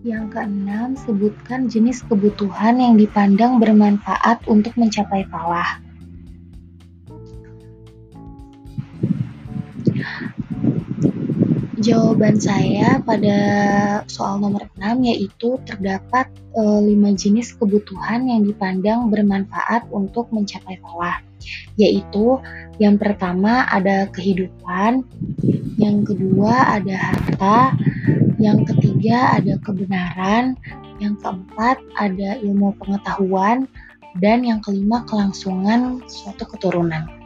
Yang keenam, sebutkan jenis kebutuhan yang dipandang bermanfaat untuk mencapai falah. Jawaban saya pada soal nomor 6 yaitu terdapat 5 jenis kebutuhan yang dipandang bermanfaat untuk mencapai falah. Yaitu yang pertama ada kehidupan, yang kedua ada harta, yang ketiga ada kebenaran, yang keempat ada ilmu pengetahuan, dan yang kelima kelangsungan suatu keturunan.